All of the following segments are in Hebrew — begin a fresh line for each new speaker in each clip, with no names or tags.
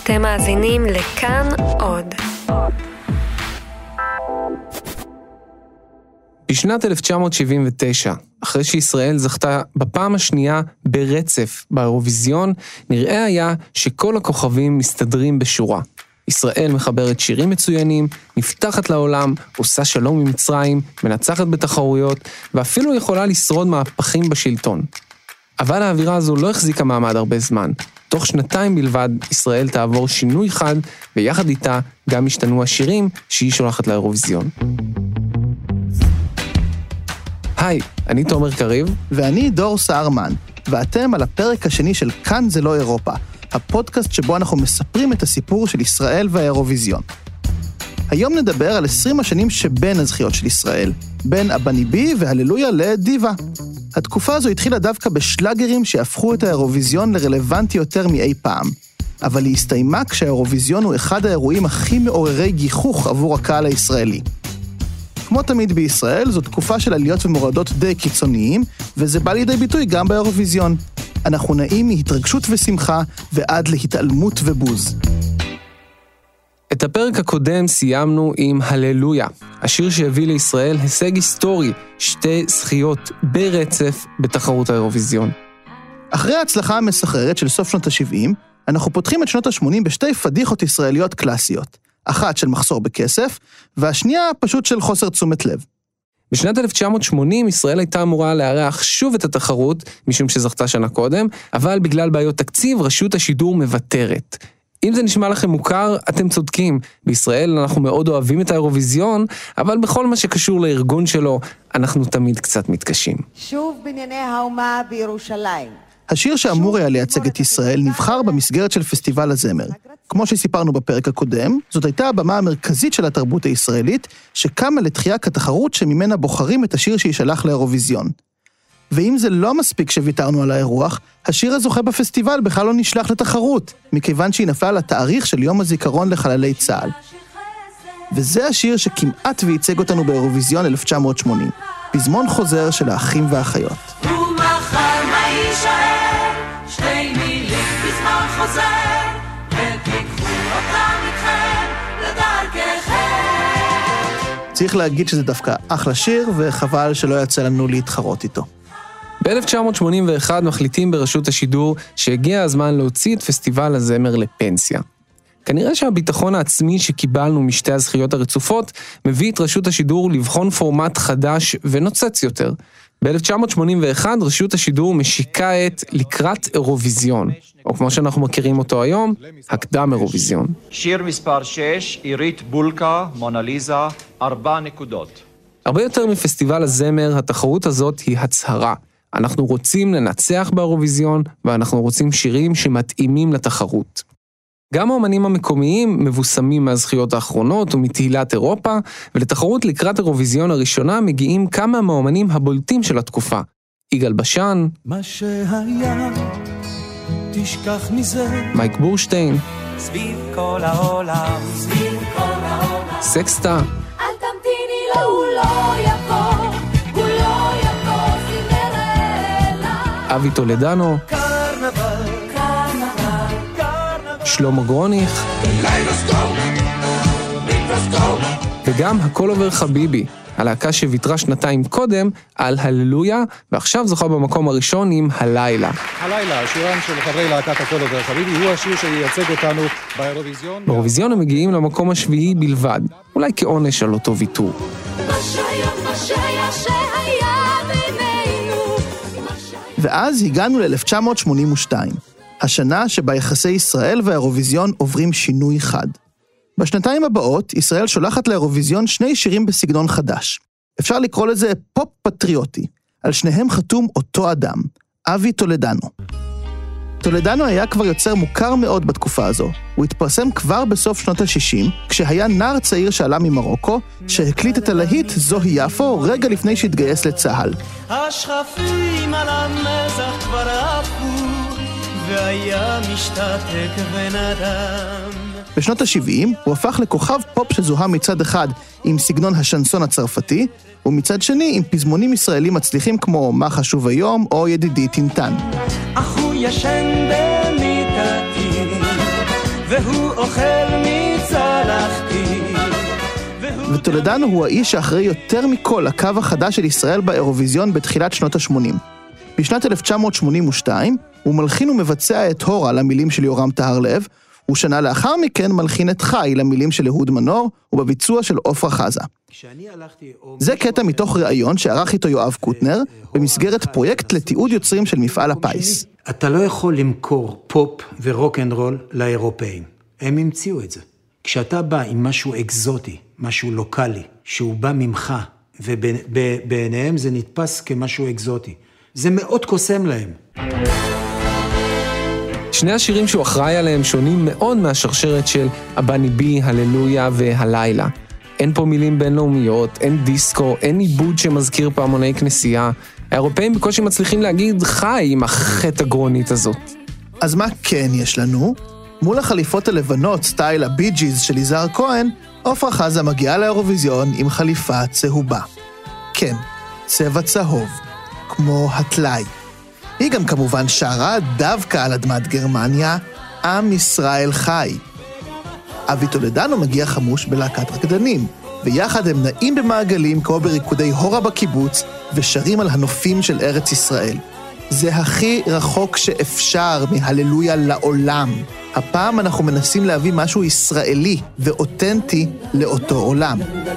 אתם מאזינים לכאן עוד.
בשנת 1979, אחרי שישראל זכתה בפעם השנייה ברצף באירוויזיון, נראה היה שכל הכוכבים מסתדרים בשורה. ישראל מחברת שירים מצוינים, נפתחת לעולם, עושה שלום עם מצרים, מנצחת בתחרויות, ואפילו יכולה לשרוד מהפכים בשלטון. אבל האווירה הזו לא החזיקה מעמד הרבה זמן. תוך 2 בלבד ישראל תעבור שינוי חד, ויחד איתה גם השתנו השירים שהיא שולחת לאירוויזיון. היי, אני תומר קריב.
ואני דור סערמן, ואתם על הפרק השני של כאן זה לא אירופה, הפודקאסט שבו אנחנו מספרים את הסיפור של ישראל והאירוויזיון. היום נדבר על 20 השנים שבין הזכיות של ישראל, בין אבני בי והללויה לדיבה. התקופה הזו התחילה דווקא בשלאגרים שהפכו את האירוויזיון לרלוונטי יותר מאי פעם, אבל היא הסתיימה כשהאירוויזיון הוא אחד האירועים הכי מעוררי גיחוך עבור הקהל הישראלי. כמו תמיד בישראל, זו תקופה של עליות ומורדות די קיצוניים, וזה בא לידי ביטוי גם באירוויזיון. אנחנו נעים מהתרגשות ושמחה ועד להתעלמות ובוז.
את הפרק הקודם סיימנו עם הללויה, השיר שהביא לישראל הישג היסטורי, 2 זכיות ברצף בתחרות האירוויזיון.
אחרי ההצלחה המסחררת של סוף שנות ה-70, אנחנו פותחים את שנות ה-80 בשתי פדיחות ישראליות קלאסיות. אחת של מחסור בכסף, והשנייה פשוט של חוסר תשומת לב.
בשנת 1980 ישראל הייתה אמורה לארח שוב את התחרות, משום שזכתה שנה קודם, אבל בגלל בעיות תקציב רשות השידור מוותרת. אם זה נשמע לכם מוכר, אתם צודקים. בישראל אנחנו מאוד אוהבים את האירוויזיון, אבל בכל מה שקשור לארגון שלו, אנחנו תמיד קצת מתקשים.
שוב בנייני האומה בירושלים.
השיר שאמור היה לייצג את ישראל נבחר במסגרת של פסטיבל הזמר. כמו שסיפרנו בפרק הקודם, זאת הייתה הבמה המרכזית של התרבות הישראלית, שקמה לתחייה כתחרות שממנה בוחרים את השיר שישלח לאירוויזיון. ואם זה לא מספיק שוויתרנו על האירוח, השיר הזוכה בפסטיבל בכלל לא נשלח לתחרות, מכיוון שהיא נפלה לתאריך של יום הזיכרון לחללי צה"ל. וזה השיר שכמעט וייצג אותנו באירוויזיון 1980, פזמון חוזר של האחים והאחיות.
ומחר מה יישאר, 2 מילים פזמון חוזר, ותיקחו אותם איתכם לדרככם.
צריך להגיד שזה דווקא אחלה שיר, וחבל שלא יצא לנו להתחרות איתו.
ב-1981 מחליטים ברשות השידור שהגיע הזמן להוציא את פסטיבל הזמר לפנסיה. כנראה שהביטחון העצמי שקיבלנו משתי הזכיות הרצופות מביא את רשות השידור לבחון פורמט חדש ונוצץ יותר. ב-1981 רשות השידור משיקה את לקראת אירוויזיון, או כמו שאנחנו מכירים אותו היום, הקדם אירוויזיון.
שיר מספר 6, עירית בולקה, מונליזה, 4 נקודות. הרבה
יותר מפסטיבל הזמר, התחרות הזאת היא הצהרה. אנחנו רוצים לנצח באירוויזיון, ואנחנו רוצים שירים שמתאימים לתחרות. גם האמנים המקומיים מבוסמים מהזכיות האחרונות ומתהילת אירופה, ולתחרות לקראת אירוויזיון הראשונה מגיעים כמה מהאמנים הבולטים של התקופה. יגאל בשן,
מה שהיה, תשכח מזה.
מייק בורשטיין,
סביב כל העולם, סביב כל העולם.
סקסטה,
אל תמתיני לו, הוא לא יבוא, הוא לא יבוא, סינדרלה.
אבי טולדנו,
קרנבל,
שלמה גרוניך, וגם הכל עובר חביבי, הלהקה שוויתרה 2 קודם על הללויה, ועכשיו זוכה במקום הראשון עם הלילה.
הלילה, שירם של חברי להקת הכל עובר חביבי, הוא השיר שייצג אותנו באירוויזיון.
באירוויזיון הם מגיעים למקום השביעי בלבד, אולי כעונש על אותו ויתור.
ואז הגענו ל-1982. השנה שבה יחסי ישראל והאירוויזיון עוברים שינוי חד. בשנתיים הבאות, ישראל שולחת לאירוויזיון 2 שירים בסגנון חדש. אפשר לקרוא לזה פופ פטריוטי. על שניהם חתום אותו אדם, אבי טולדנו. טולדנו היה כבר יוצר מוכר מאוד בתקופה הזו. הוא התפרסם כבר בסוף שנות ה-60, כשהיה נער צעיר שעלה ממרוקו, שהקליט את הלהיט זוהי יפו רגע לפני שהתגייס לצה"ל.
השכפים על המזח כבר עפו, והיה משתתק בן אדם.
בשנות ה-70 הוא הפך לכוכב פופ שזוהה מצד אחד עם סגנון השנסון הצרפתי, ומצד שני עם פזמונים ישראלים מצליחים כמו מה חשוב היום או ידידי טינטן.
אך הוא ישן במיטתי והוא אוכל מצלחתי.
וטולדנו הוא האיש שאחראי יותר מכל הקו החדש של ישראל באירוויזיון בתחילת שנות ה-80. בשנת 1982 הוא מלחין ומבצע את הורה למילים של יורם טהרלב, ושנה לאחר מכן מלחין את חי למילים של אהוד מנור ובביצוע של עופרה חזה. זה קטע מתוך ראיון שערך איתו יואב קוטנר במסגרת פרויקט לתיעוד יוצרים של מפעל הפיס.
אתה לא יכול למכור פופ ורוק אנד רול לאירופאים. הם המציאו את זה. כשאתה בא עם משהו אקזוטי, משהו לוקלי, שהוא בא ממך, ובעיניהם זה נתפס כמשהו אקזוטי. זה מאוד קוסם להם.
שני השירים שהוא אחראי עליהם שונים מאוד מהשרשרת של אבני בי, הללויה והלילה. אין פה מילים בינלאומיות, אין דיסקו, אין עיבוד שמזכיר פעמוני כנסייה. האירופאים בקושי מצליחים להגיד חי עם החטא הגרונית הזאת.
אז מה כן יש לנו? מול החליפות הלבנות, סטייל הבי ג'יז של יזהר כהן, עופרה חזה מגיעה לאירוויזיון עם חליפה צהובה. כן, צבע צהוב, כמו הטלאי. היא גם כמובן שרה דווקא על אדמת גרמניה, עם ישראל חי. אבי טולדנו מגיע חמוש בלהקת רקדנים, ויחד הם נעים במעגלים כמו בריקודי הורה בקיבוץ, ושרים על הנופים של ארץ ישראל. זה הכי רחוק שאפשר מהללויה לעולם. הפעם אנחנו מנסים להביא משהו ישראלי ואותנטי לאותו עולם.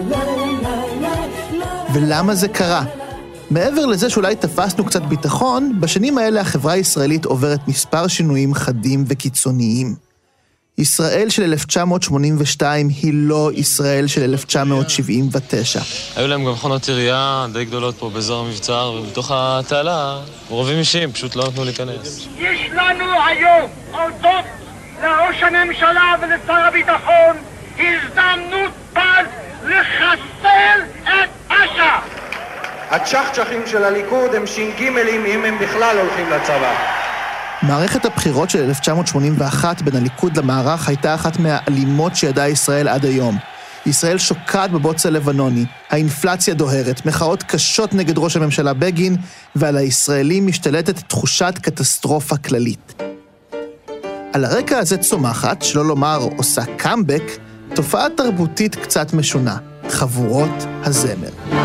ולמה זה קרה? מעבר לזה שאולי תפסנו קצת ביטחון, בשנים האלה החברה הישראלית עוברת מספר שינויים חדים וקיצוניים. ישראל של 1982 היא לא ישראל של 1979.
היו להם גם מכונות ירייה די גדולות פה באזור המבצר, ובתוך התעלה רובים אישיים, פשוט לא נתנו להיכנס.
יש לנו היום, הודות לראש הממשלה ולשר הביטחון, הזדמנות פז לחסל את אש"ף.
הצ'חצ'חים של הליכוד הם שינגימלים אם הם בכלל הולכים לצבא.
מערכת הבחירות של 1981 בין הליכוד למערך הייתה אחת מהאלימות שידעה ישראל עד היום. ישראל שוקעת בבוץ הלבנוני, האינפלציה דוהרת, מחאות קשות נגד ראש הממשלה בגין, ועל הישראלים משתלטת תחושת קטסטרופה כללית. על הרקע הזה צומחת, שלא לומר עושה קאמבק, תופעה תרבותית קצת משונה, חבורות הזמר.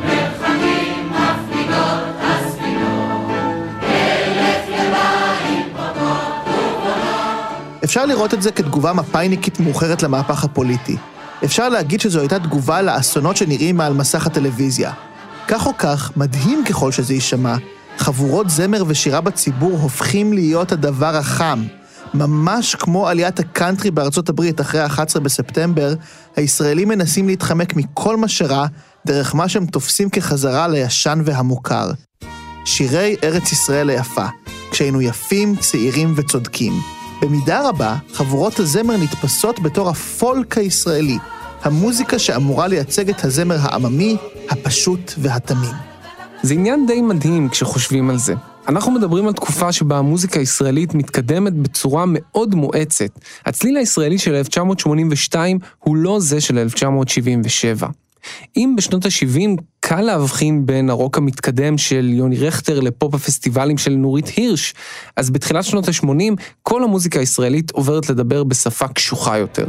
אפשר לראות את זה כתגובה מפאיניקית מאוחרת למהפך הפוליטי. אפשר להגיד שזו הייתה תגובה לאסונות שנראים מעל מסך הטלוויזיה. כך או כך, מדהים ככל שזה יישמע, חבורות זמר ושירה בציבור הופכים להיות הדבר החם. ממש כמו עליית הקאנטרי בארצות הברית אחרי 11 בספטמבר, הישראלים מנסים להתחמק מכל מה שרע, דרך מה שהם תופסים כחזרה לישן והמוכר. שירי ארץ ישראל היפה, כשהיינו יפים, צעירים וצודקים. במידה רבה, חבורות הזמר נתפסות בתור הפולק הישראלי, המוזיקה שאמורה לייצג את הזמר העממי, הפשוט והתמים.
זה עניין די מדהים כשחושבים על זה. אנחנו מדברים על תקופה שבה המוזיקה הישראלית מתקדמת בצורה מאוד מואצת. הצליל הישראלי של 1982 הוא לא זה של 1977. אם בשנות ה-70 קל להבחין בין הרוק המתקדם של יוני רכטר לפופ הפסטיבלים של נורית הירש, אז בתחילת שנות ה-80 כל המוזיקה הישראלית עוברת לדבר בשפה קשוחה יותר.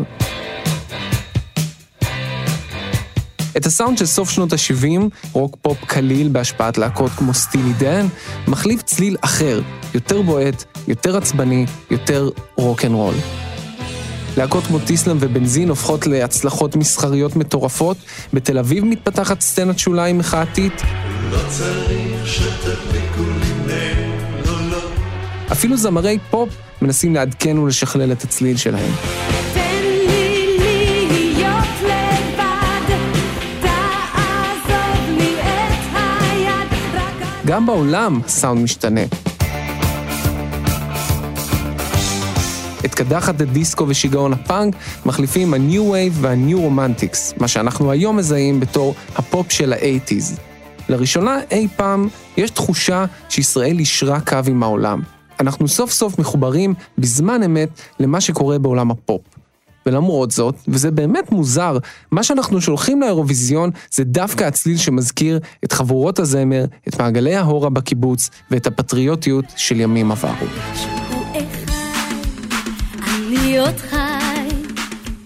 את הסאונד של סוף שנות ה-70, רוק פופ קליל בהשפעת להקות כמו סטילי דן, מחליף צליל אחר, יותר בועט, יותר עצבני, יותר רוק אנד רול. להקות כמו טיסלאם ובנזין הופכות להצלחות מסחריות מטורפות, בתל אביב מתפתחת סצנת שוליים מחאתית. לא צריך שתדליקו לי לא. אפילו זמרי פופ מנסים לעדכן ולשכלל את הצליל שלהם. גם בעולם סאונד משתנה. את קדחת הדיסקו ושיגעון הפאנק מחליפים ה-New Wave וה-New Romantics, מה שאנחנו היום מזהים בתור הפופ של ה-80s. לראשונה אי פעם יש תחושה שישראל ישרה קו עם העולם. אנחנו סוף סוף מחוברים בזמן אמת למה שקורה בעולם הפופ. ולמרות זאת, וזה באמת מוזר, מה שאנחנו שולחים לאירוויזיון זה דווקא הצליל שמזכיר את חבורות הזמר, את מעגלי ההורה בקיבוץ ואת הפטריוטיות של ימים עברו.
להיות חי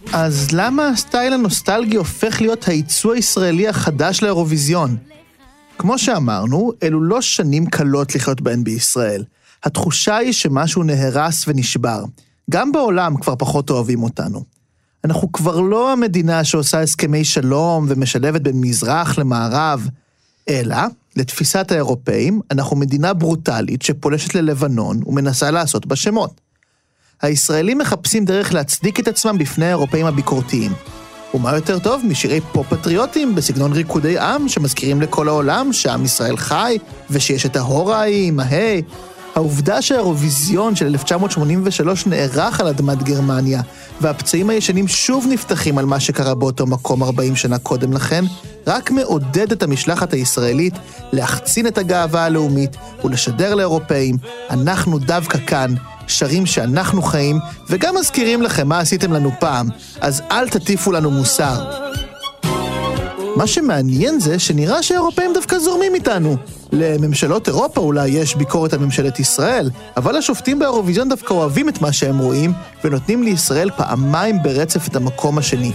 אז למה הסטייל הנוסטלגי הופך להיות הייצוא הישראלי החדש לאירוויזיון? כמו שאמרנו, אלו לא שנים קלות לחיות בהן בישראל. התחושה היא שמשהו נהרס ונשבר. גם בעולם כבר פחות אוהבים אותנו. אנחנו כבר לא המדינה שעושה הסכמי שלום ומשלבת בין מזרח למערב, אלא, לתפיסת האירופאים, אנחנו מדינה ברוטלית שפולשת ללבנון ומנסה לעשות בה שמות. הישראלים מחפשים דרך להצדיק את עצמם בפני האירופאים הביקורתיים. ומה יותר טוב משירי פופ פטריוטיים בסגנון ריקודי עם שמזכירים לכל העולם שעם ישראל חי ושיש את ההורה ההיא עם ההי. העובדה שהאירוויזיון של 1983 נערך על אדמת גרמניה והפצעים הישנים שוב נפתחים על מה שקרה באותו מקום 40 שנה קודם לכן, רק מעודד את המשלחת הישראלית להחצין את הגאווה הלאומית ולשדר לאירופאים, אנחנו דווקא כאן, שרים שאנחנו חיים, וגם מזכירים לכם מה עשיתם לנו פעם, אז אל תטיפו לנו מוסר. מה שמעניין זה שנראה שהאירופאים דווקא זורמים איתנו. לממשלות אירופה אולי יש ביקורת על ממשלת ישראל, אבל השופטים באירוויזיון דווקא אוהבים את מה שהם רואים, ונותנים לישראל פעמיים ברצף את המקום השני.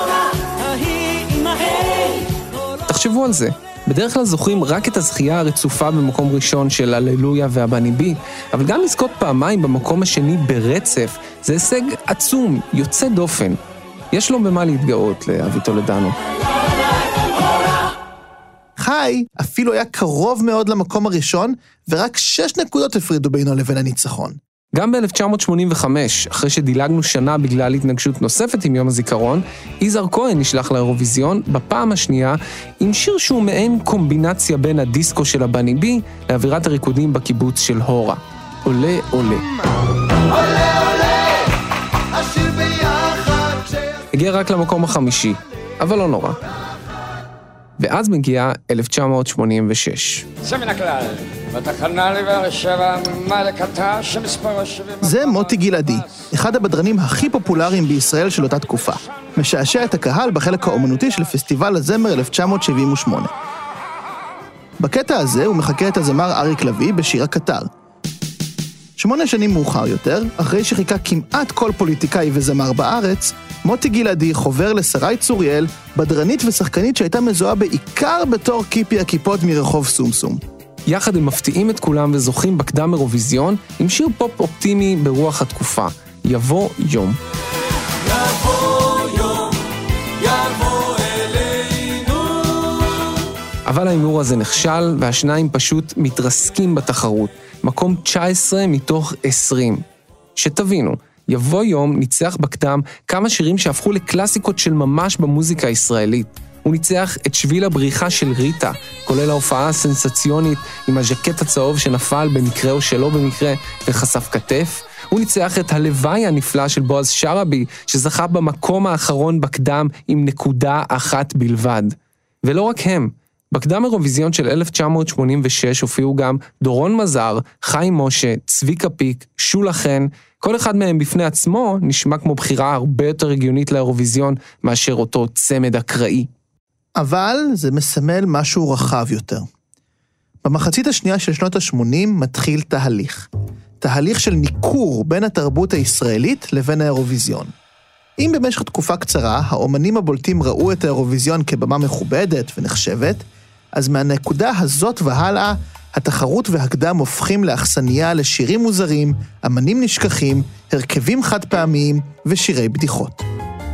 תחשבו על זה. בדרך כלל זוכרים רק את הזכייה הרצופה במקום ראשון של הללויה והבני בי, אבל גם לזכות פעמיים במקום השני ברצף, זה הישג עצום, יוצא דופן. יש לו במה להתגאות לאבי טולדנו.
חי אפילו היה קרוב מאוד למקום הראשון, ורק 6 נקודות הפרידו בינו לבין הניצחון.
גם ב-1985, אחרי שדילגנו שנה בגלל התנגשות נוספת עם יום הזיכרון, יזהר כהן נשלח לאירוויזיון בפעם השנייה עם שיר שהוא מעין קומבינציה בין הדיסקו של הבני בי לאווירת הריקודים בקיבוץ של הורה. עולה עולה. עולה עולה, השיר ביחד. הגיע רק למקום החמישי, אבל לא נורא. ואז מגיע 1986.
זה מן הכלל, בתחנה לבאר שבע, מלכתה שמספר 70...
זה מוטי גלעדי, אחד הבדרנים הכי פופולריים בישראל של אותה תקופה. משעשע את הקהל בחלק האומנותי של פסטיבל הזמר 1978. בקטע הזה הוא מחכה את הזמר אריק לוי בשיר הקטר. 8 שנים מאוחר יותר, אחרי שחיכה כמעט כל פוליטיקאי וזמר בארץ, מוטי גלעדי חובר לשרי צוריאל, בדרנית ושחקנית שהייתה מזוהה בעיקר בתור קיפי הכיפות מרחוב סומסום.
יחד הם מפתיעים את כולם וזוכים בקדם אירוויזיון עם שיר פופ אופטימי ברוח התקופה, יבוא יום.
יבוא יום, יבוא אלינו.
אבל האימור הזה נכשל והשניים פשוט מתרסקים בתחרות, מקום 19 מתוך 20. שתבינו, יבוא יום ניצח בקדם כמה שירים שהפכו לקלאסיקות של ממש במוזיקה הישראלית. הוא ניצח את שביל הבריחה של ריטה, כולל ההופעה הסנסציונית עם הז'קט הצהוב שנפל במקרה או שלא במקרה וחשף כתף. הוא ניצח את הלוואי הנפלא של בועז שרבי, שזכה במקום האחרון בקדם עם 1 בלבד. ולא רק הם, בקדם אירוויזיון של 1986 הופיעו גם דורון מזר, חיים משה, צביקה פיק, שולה חן. כל אחד מהם בפני עצמו נשמע כמו בחירה הרבה יותר הגיונית לאירוויזיון מאשר אותו צמד אקראי.
אבל זה מסמל משהו רחב יותר. במחצית השנייה של שנות ה-80 מתחיל תהליך. תהליך של ניכור בין התרבות הישראלית לבין האירוויזיון. אם במשך תקופה קצרה האומנים הבולטים ראו את האירוויזיון כבמה מכובדת ונחשבת, אז מהנקודה הזאת והלאה, התחרות והקדם הופכים לאכסניה לשירים מוזרים, אמנים נשכחים, הרכבים חד פעמיים ושירי בדיחות.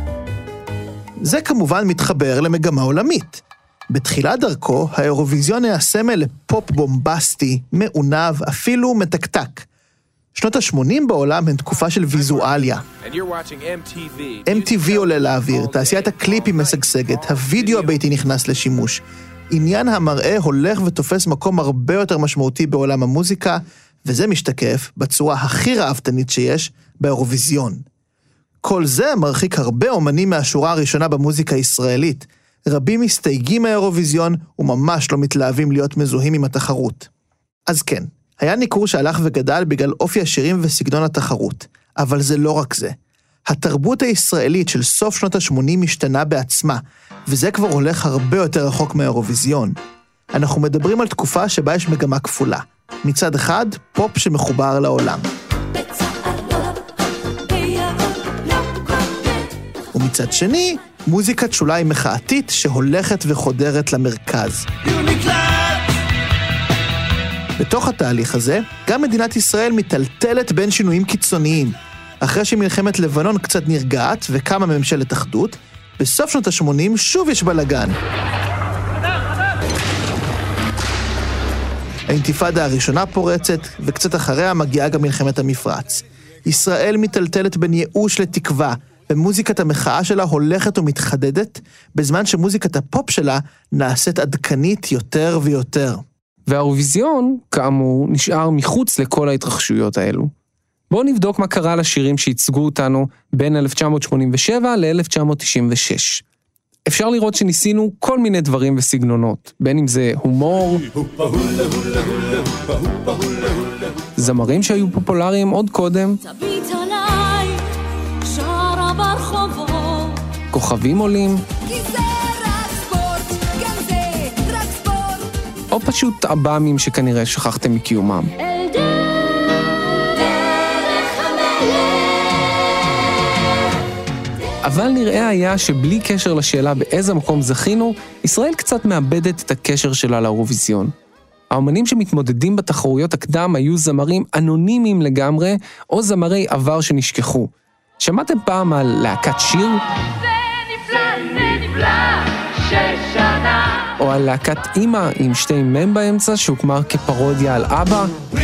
זה כמובן מתחבר למגמה עולמית. בתחילת דרכו, האירוויזיון היה סמל לפופ בומבסטי, מעונב, אפילו מתקתק. שנות ה-80 בעולם הן תקופה של ויזואליה. MTV עולה לאוויר, תעשיית הקליפים משגשגת, הווידאו הביתי נכנס לשימוש. עניין המראה הולך ותופס מקום הרבה יותר משמעותי בעולם המוזיקה, וזה משתקף בצורה הכי ראוותנית שיש, באירוויזיון. כל זה מרחיק הרבה אומנים מהשורה הראשונה במוזיקה הישראלית. רבים מסתייגים מהאירוויזיון וממש לא מתלהבים להיות מזוהים עם התחרות. אז כן, היה ניכור שהלך וגדל בגלל אופי השירים וסגנון התחרות, אבל זה לא רק זה. התרבות הישראלית של סוף שנות ה-80 משתנה בעצמה, וזה כבר הולך הרבה יותר רחוק מהאירוויזיון. אנחנו מדברים על תקופה שבה יש מגמה כפולה. מצד אחד, פופ שמחובר לעולם. ומצד שני, מוזיקת שוליים מחאתית שהולכת וחודרת למרכז. בתוך התהליך הזה, גם מדינת ישראל מטלטלת בין שינויים קיצוניים. אחרי שמלחמת לבנון קצת נרגעת וקמה ממשלת אחדות, בסוף שנות ה-80 שוב יש בלגן. האינתיפאדה הראשונה פורצת, וקצת אחריה מגיעה גם מלחמת המפרץ. ישראל מטלטלת בין ייאוש לתקווה, ומוזיקת המחאה שלה הולכת ומתחדדת, בזמן שמוזיקת הפופ שלה נעשית עדכנית יותר ויותר.
והאירוויזיון, כאמור, נשאר מחוץ לכל ההתרחשויות האלו. בואו נבדוק מה קרה לשירים שייצגו אותנו בין 1987 ל-1996. אפשר לראות שניסינו כל מיני דברים וסגנונות, בין אם זה הומור, זמרים שהיו פופולריים עוד קודם, כוכבים עולים, או פשוט אב"מים שכנראה שכחתם מקיומם. אבל נראה היה שבלי קשר לשאלה באיזה מקום זכינו, ישראל קצת מאבדת את הקשר שלה לאירוויזיון. האומנים שמתמודדים בתחרויות הקדם היו זמרים אנונימיים לגמרי, או זמרי עבר שנשכחו. שמעתם פעם על להקת שיר? או על להקת אימא עם שתי מם באמצע שהוקמה כפרודיה על אבא?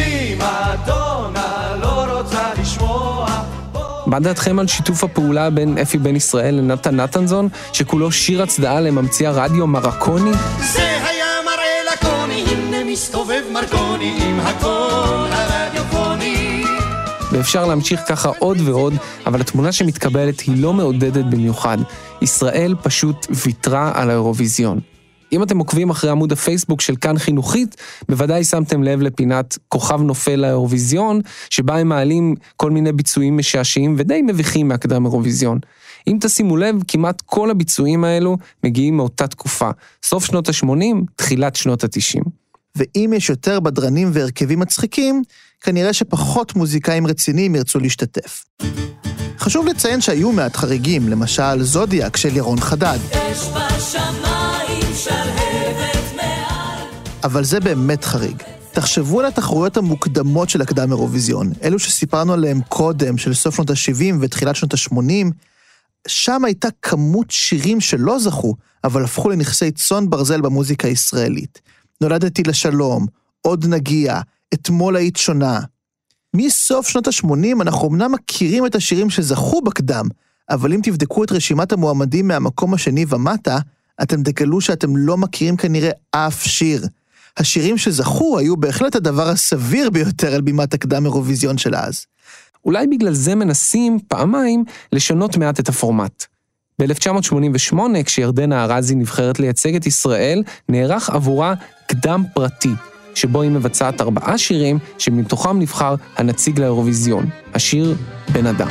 מה דעתכם על שיתוף הפעולה בין אפי בן ישראל לנתן נתנזון, שכולו שיר הצדעה לממציא הרדיו מרקוני?
זה היה מראה לקוני, הנה מסתובב מרקוני עם הקול הרדיופוני.
ואפשר להמשיך ככה עוד ועוד, אבל התמונה שמתקבלת היא לא מעודדת במיוחד. ישראל פשוט ויתרה על האירוויזיון. אם אתם עוקבים אחרי עמוד הפייסבוק של כאן חינוכית, בוודאי שמתם לב לפינת כוכב נופל לאירוויזיון, שבה הם מעלים כל מיני ביצועים משעשעים ודי מביכים מהקדם אירוויזיון. אם תשימו לב, כמעט כל הביצועים האלו מגיעים מאותה תקופה, סוף שנות ה-80, תחילת שנות ה-90.
ואם יש יותר בדרנים והרכבים מצחיקים, כנראה שפחות מוזיקאים רציניים ירצו להשתתף. חשוב לציין שהיו מעט חריגים, למשל זודיאק של ירון חדד.
יש בשמיים שלהבת מעל.
אבל זה באמת חריג. תחשבו על התחרויות המוקדמות של הקדם אירוויזיון, אלו שסיפרנו עליהם קודם, של סוף שנות ה-70 ותחילת שנות ה-80, שם הייתה כמות שירים שלא זכו, אבל הפכו לנכסי צאן ברזל במוזיקה הישראלית. נולדתי לשלום, עוד נגיע, אתמול היית שונה. מסוף שנות ה-80 אנחנו אמנם מכירים את השירים שזכו בקדם, אבל אם תבדקו את רשימת המועמדים מהמקום השני ומטה, אתם תגלו שאתם לא מכירים כנראה אף שיר. השירים שזכו היו בהחלט הדבר הסביר ביותר על בימת הקדם אירוויזיון של אז.
אולי בגלל זה מנסים פעמיים לשנות מעט את הפורמט. ב-1988, כשירדנה ארזי נבחרת לייצג את ישראל, נערך עבורה קדם פרטי, שבו היא מבצעת 4 שירים, שמתוכם נבחר הנציג לאירוויזיון, השיר בן אדם.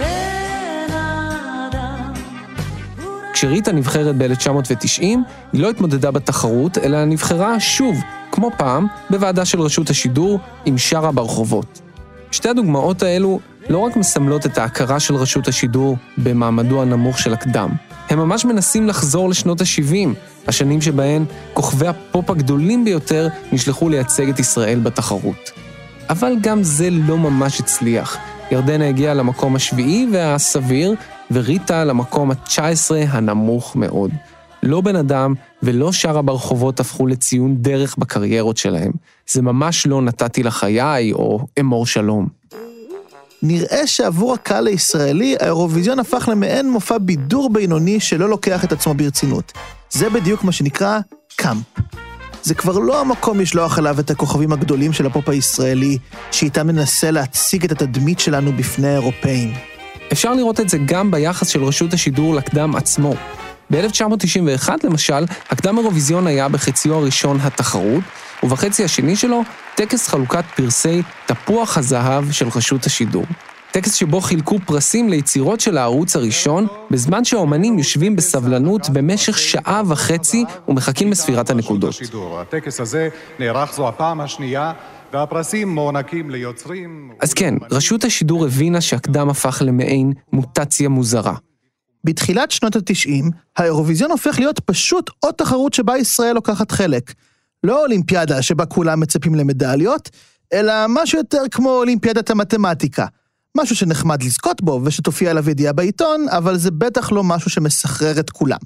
כשריטה נבחרת ב-1990, היא לא התמודדה בתחרות, אלא נבחרה שוב, כמו פעם, בוועדה של רשות השידור, עם שרה ברחובות. שתי הדוגמאות האלו לא רק מסמלות את ההכרה של רשות השידור במעמדו הנמוך של הקדם, הם ממש מנסים לחזור לשנות ה-70, השנים שבהן כוכבי הפופ הגדולים ביותר נשלחו לייצג את ישראל בתחרות. אבל גם זה לא ממש הצליח. ירדנה הגיעה למקום השביעי והסביר, וריטה למקום ה-19 הנמוך מאוד. לא בן אדם ולא שרה ברחובות הפכו לציון דרך בקריירות שלהם. זה ממש לא נתתי לחיי או אמור שלום.
נראה שעבור הקהל הישראלי, האירוויזיון הפך למעין מופע בידור בינוני שלא לוקח את עצמו ברצינות. זה בדיוק מה שנקרא קאמפ. זה כבר לא המקום לשלוח עליו את הכוכבים הגדולים של הפופ הישראלי, שאיתה מנסה להציג את התדמית שלנו בפני האירופאים.
אפשר לראות את זה גם ביחס של רשות השידור לקדם עצמו. ב-1991 למשל, הקדם אירוויזיון היה בחציו הראשון התחרות, ובחצי השני שלו, טקס חלוקת פרסי תפוח הזהב של רשות השידור. טקס שבו חילקו פרסים ליצירות של הערוץ הראשון, בזמן שהאומנים יושבים בסבלנות במשך 1.5 שעה ומחכים לספירת הנקודות.
הטקס הזה נערך זו הפעם השנייה, והפרסים מוענקים ליוצרים...
אז כן, רשות השידור הבינה שהקדם הפך למעין מוטציה מוזרה.
בתחילת שנות ה-90, האירוויזיון הופך להיות פשוט עוד תחרות שבה ישראל לוקחת חלק. לא אולימפיאדה שבה כולם מצפים למדליות, אלא משהו יותר כמו אולימפיאדת המתמטיקה. משהו שנחמד לזכות בו ושתופיע עליו ידיעה בעיתון, אבל זה בטח לא משהו שמסחרר את כולם.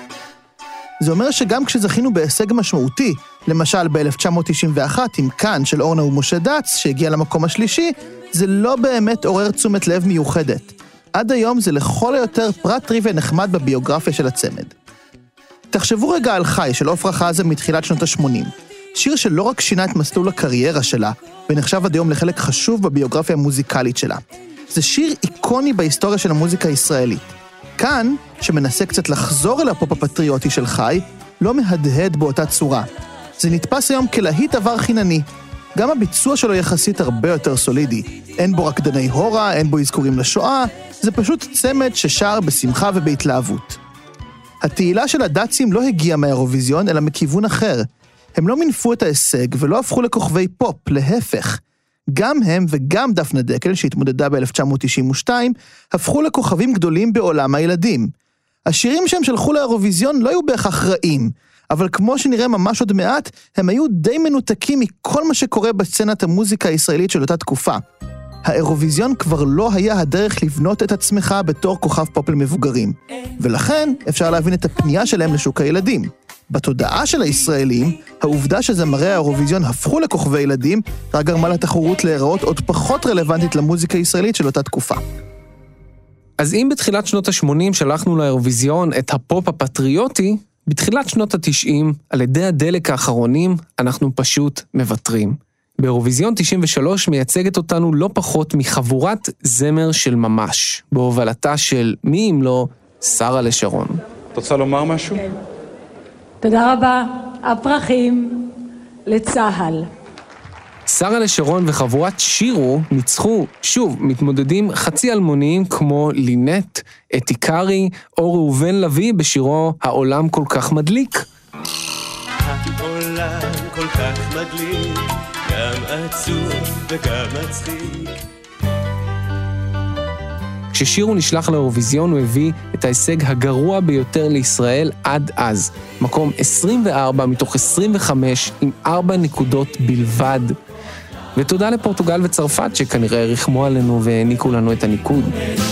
זה אומר שגם כשזכינו בהישג משמעותי, למשל ב-1991 עם כאן של אורנה ומשה דץ, שהגיע למקום השלישי, זה לא באמת עורר תשומת לב מיוחדת. עד היום זה לכל היותר פרט טריוויה נחמד בביוגרפיה של הצמד. תחשבו רגע על חי של עופרה חזה מתחילת שנות ה-80, שיר שלא רק שינה את מסלול הקריירה שלה, ונחשב עד היום לחלק חשוב בביוגרפיה המוזיקלית שלה. זה שיר איקוני בהיסטוריה של המוזיקה הישראלית. כאן, שמנסה קצת לחזור אל הפופ הפטריוטי של חי, לא מהדהד באותה צורה. זה נתפס היום כלהיט עבר חינני. גם הביצוע שלו יחסית הרבה יותר סולידי. אין בו רקדני הורה, אין בו אזכורים לשואה, זה פשוט צמד ששר בשמחה ובהתלהבות. התהילה של הדצים לא הגיעה מהאירוויזיון, אלא מכיוון אחר. הם לא מנפו את ההישג ולא הפכו לכוכבי פופ, להפך. גם הם וגם דפנה דקל, שהתמודדה ב-1992, הפכו לכוכבים גדולים בעולם הילדים. השירים שהם שלחו לאירוויזיון לא היו בהכרח רעים, אבל כמו שנראה ממש עוד מעט, הם היו די מנותקים מכל מה שקורה בסצנת המוזיקה הישראלית של אותה תקופה. האירוויזיון כבר לא היה הדרך לבנות את עצמך בתור כוכב פופ למבוגרים, ולכן אפשר להבין את הפנייה שלהם לשוק הילדים. בתודעה של הישראלים, העובדה שזמרי האירוויזיון הפכו לכוכבי ילדים, רק גרמה לתחרות להיראות עוד פחות רלוונטית למוזיקה הישראלית של אותה תקופה.
אז אם בתחילת שנות ה-80 שלחנו לאירוויזיון את הפופ הפטריוטי, בתחילת שנות ה-90, על ידי הדלק האחרונים, אנחנו פשוט מבטרים. באירוויזיון 93 מייצגת אותנו לא פחות מחבורת זמר של ממש, בהובלתה של מי אם לא שרה לשרון.
את רוצה לומר משהו?
כן. תודה רבה. הפרחים לצהל.
שרה לשרון וחבורת שירו ניצחו, שוב, מתמודדים חצי אלמוניים כמו לינט, אתי קרי או ראובן לוי בשירו העולם כל כך מדליק.
העולם כל כך מדליק, גם עצוב וגם מצחיק.
כששירו נשלח לאירוויזיון הוא הביא את ההישג הגרוע ביותר לישראל עד אז, מקום 24 מתוך 25 עם 4 נקודות בלבד. ותודה לפורטוגל וצרפת שכנראה רחמו עלינו והעניקו לנו את הניקוד.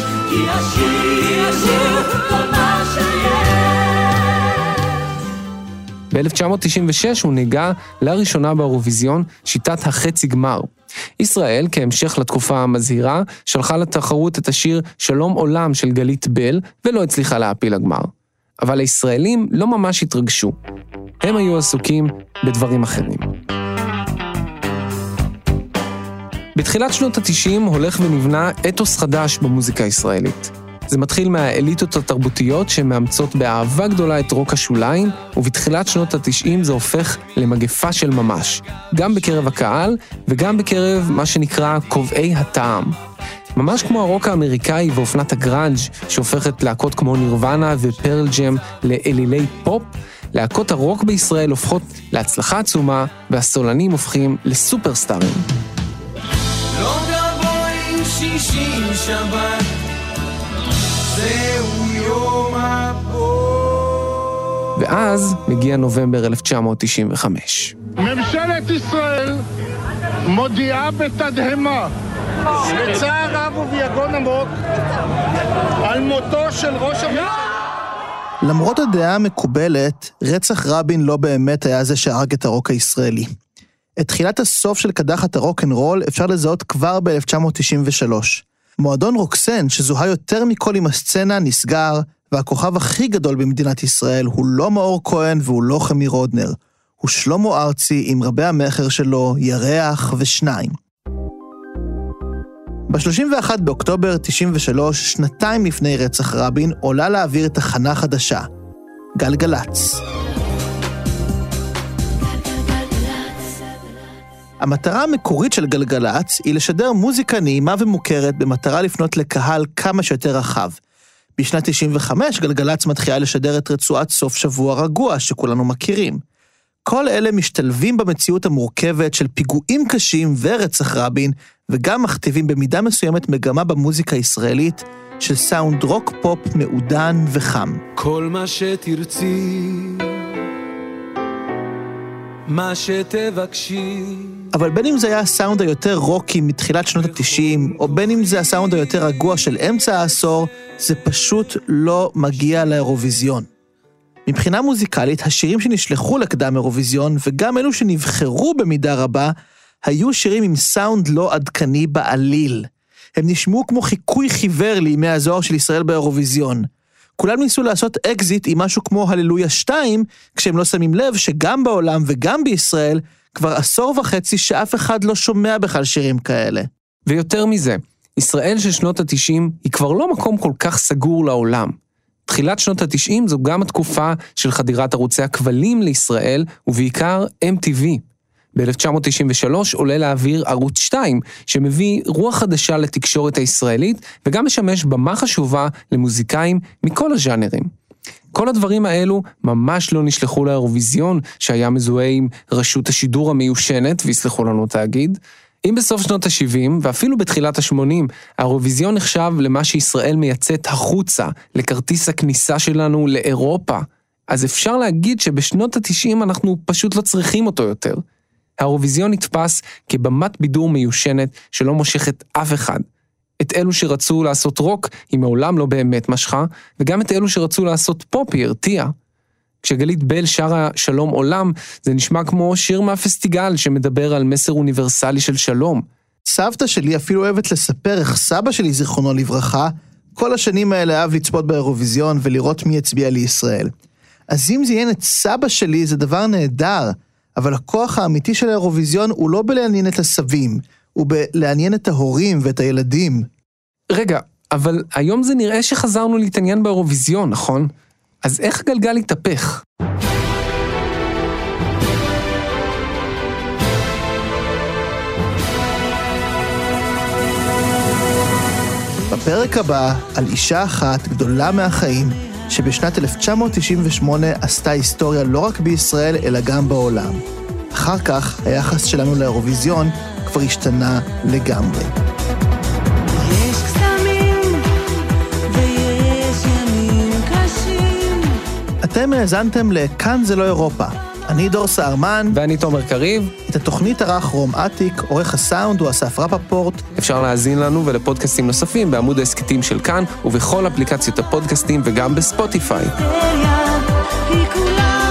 ב-1996 הוא ניגע לראשונה באירוויזיון שיטת החצי גמר. ישראל, כהמשך לתקופה המזהירה, שלחה לתחרות את השיר שלום עולם של גלית בל, ולא הצליחה להפיל לגמר. אבל הישראלים לא ממש התרגשו. הם היו עסוקים בדברים אחרים. בתחילת שנות ה-90 הולך ונבנה אתוס חדש במוזיקה הישראלית. זה מתחיל מהאליטות התרבותיות שמאמצות באהבה גדולה את רוק השוליים, ובתחילת שנות ה-90 זה הופך למגפה של ממש, גם בקרב הקהל וגם בקרב מה שנקרא קובעי הטעם. ממש כמו הרוק האמריקאי ואופנת הגראנג' שהופכת להקות כמו נירוונה ופרל ג'ם לאלילי פופ, להקות הרוק בישראל הופכות להצלחה עצומה והסולנים הופכים לסופרסטארים.
לא תבוא עם שישי שבת, זהו יום הבוא.
ואז מגיע נובמבר 1995.
ממשלת ישראל מודיעה בתדהמה בצער רב וביגון עמוק על מותו של ראש הממשלה.
למרות הדעה המקובלת, רצח רבין לא באמת היה זה שהרג את הרוק הישראלי. את תחילת הסוף של קדחת הרוק-אנד-רול אפשר לזהות כבר ב-1993. מועדון רוקסן, שזוהה יותר מכל עם הסצנה, נסגר, והכוכב הכי גדול במדינת ישראל הוא לא מאור כהן והוא לא חמי רודנר. הוא שלמה ארצי עם רבי המחר שלו, ירח ושניים. ב-31 באוקטובר 93, שנתיים לפני רצח רבין, עולה לאוויר תחנה חדשה, גלגלץ. המטרה המקורית של גלגלץ היא לשדר מוזיקה נעימה ומוכרת במטרה לפנות לקהל כמה שיותר רחב. בשנת 95 גלגלץ מתחילה לשדר את רצועת סוף שבוע רגוע שכולנו מכירים. כל אלה משתלבים במציאות המורכבת של פיגועים קשים ורצח רבין, וגם מכתיבים במידה מסוימת מגמה במוזיקה הישראלית, של סאונד רוק פופ מעודן וחם.
כל מה שתרצי, מה שתבקשי.
אבל בין אם זה היה הסאונד היותר רוקי מתחילת שנות ה-90, או בין אם זה הסאונד היותר רגוע של אמצע העשור, זה פשוט לא מגיע לאירוויזיון. מבחינה מוזיקלית, השירים שנשלחו לקדם אירוויזיון, וגם אלו שנבחרו במידה רבה, היו שירים עם סאונד לא עדכני בעליל. הם נשמעו כמו חיקוי חיוור לימי הזוהר של ישראל באירוויזיון. כולם ניסו לעשות אקזיט עם משהו כמו הללויה 2, כשהם לא שמים לב שגם בעולם וגם בישראל, כבר 10.5 שאף אחד לא שומע בכלל שירים כאלה.
ויותר מזה, ישראל של שנות ה-90 היא כבר לא מקום כל כך סגור לעולם. תחילת שנות ה-90 זו גם התקופה של חדירת ערוצי הכבלים לישראל, ובעיקר MTV. ב-1993 עולה לאוויר ערוץ 2, שמביא רוח חדשה לתקשורת הישראלית, וגם משמש במה חשובה למוזיקאים מכל הז'אנרים. כל הדברים האלו ממש לא נשלחו לאירוויזיון, שהיה מזוהה עם רשות השידור המיושנת, ויסלחו לנו תאגיד. אם בסוף שנות ה-70, ואפילו בתחילת ה-80, האירוויזיון נחשב למה שישראל מייצאת החוצה, לכרטיס הכניסה שלנו לאירופה, אז אפשר להגיד שבשנות ה-90 אנחנו פשוט לא צריכים אותו יותר. האירוויזיון נתפס כבמת בידור מיושנת שלא מושכת אף אחד. את אלו שרצו לעשות רוק, היא מעולם לא באמת משכה, וגם את אלו שרצו לעשות פופ, היא הרתיעה. כשגלית בל שרה שלום עולם, זה נשמע כמו שיר מהפסטיגל שמדבר על מסר אוניברסלי של שלום.
סבתא שלי אפילו אוהבת לספר איך סבא שלי זיכרונו לברכה, כל השנים האלה אהב לצפות באירוויזיון ולראות מי הצביע לישראל. אז אם זיין את סבא שלי זה דבר נהדר, אבל הכוח האמיתי של האירוויזיון הוא לא בלעניין את הסבים, הוא בלעניין את ההורים ואת הילדים.
רגע, אבל היום זה נראה שחזרנו להתעניין באירוויזיון, נכון? אז איך הגלגל התהפך?
בפרק הבא על אישה אחת גדולה מהחיים, שבשנת 1998 עשתה היסטוריה לא רק בישראל אלא גם בעולם. אחר כך היחס שלנו לאירוויזיון כבר השתנה לגמרי.
יש קסמים ויש ימים קשים.
אתם האזנתם לכאן זה לא אירופה. אני דור סהרמן.
ואני תומר קריב.
את התוכנית ערך רום עתיק, עורך הסאונד הוא אסף רפפורט.
אפשר להאזין לנו ולפודקאסטים נוספים בעמוד העסקתים של כאן, ובכל אפליקציות הפודקאסטים וגם בספוטיפיי.
היא כולה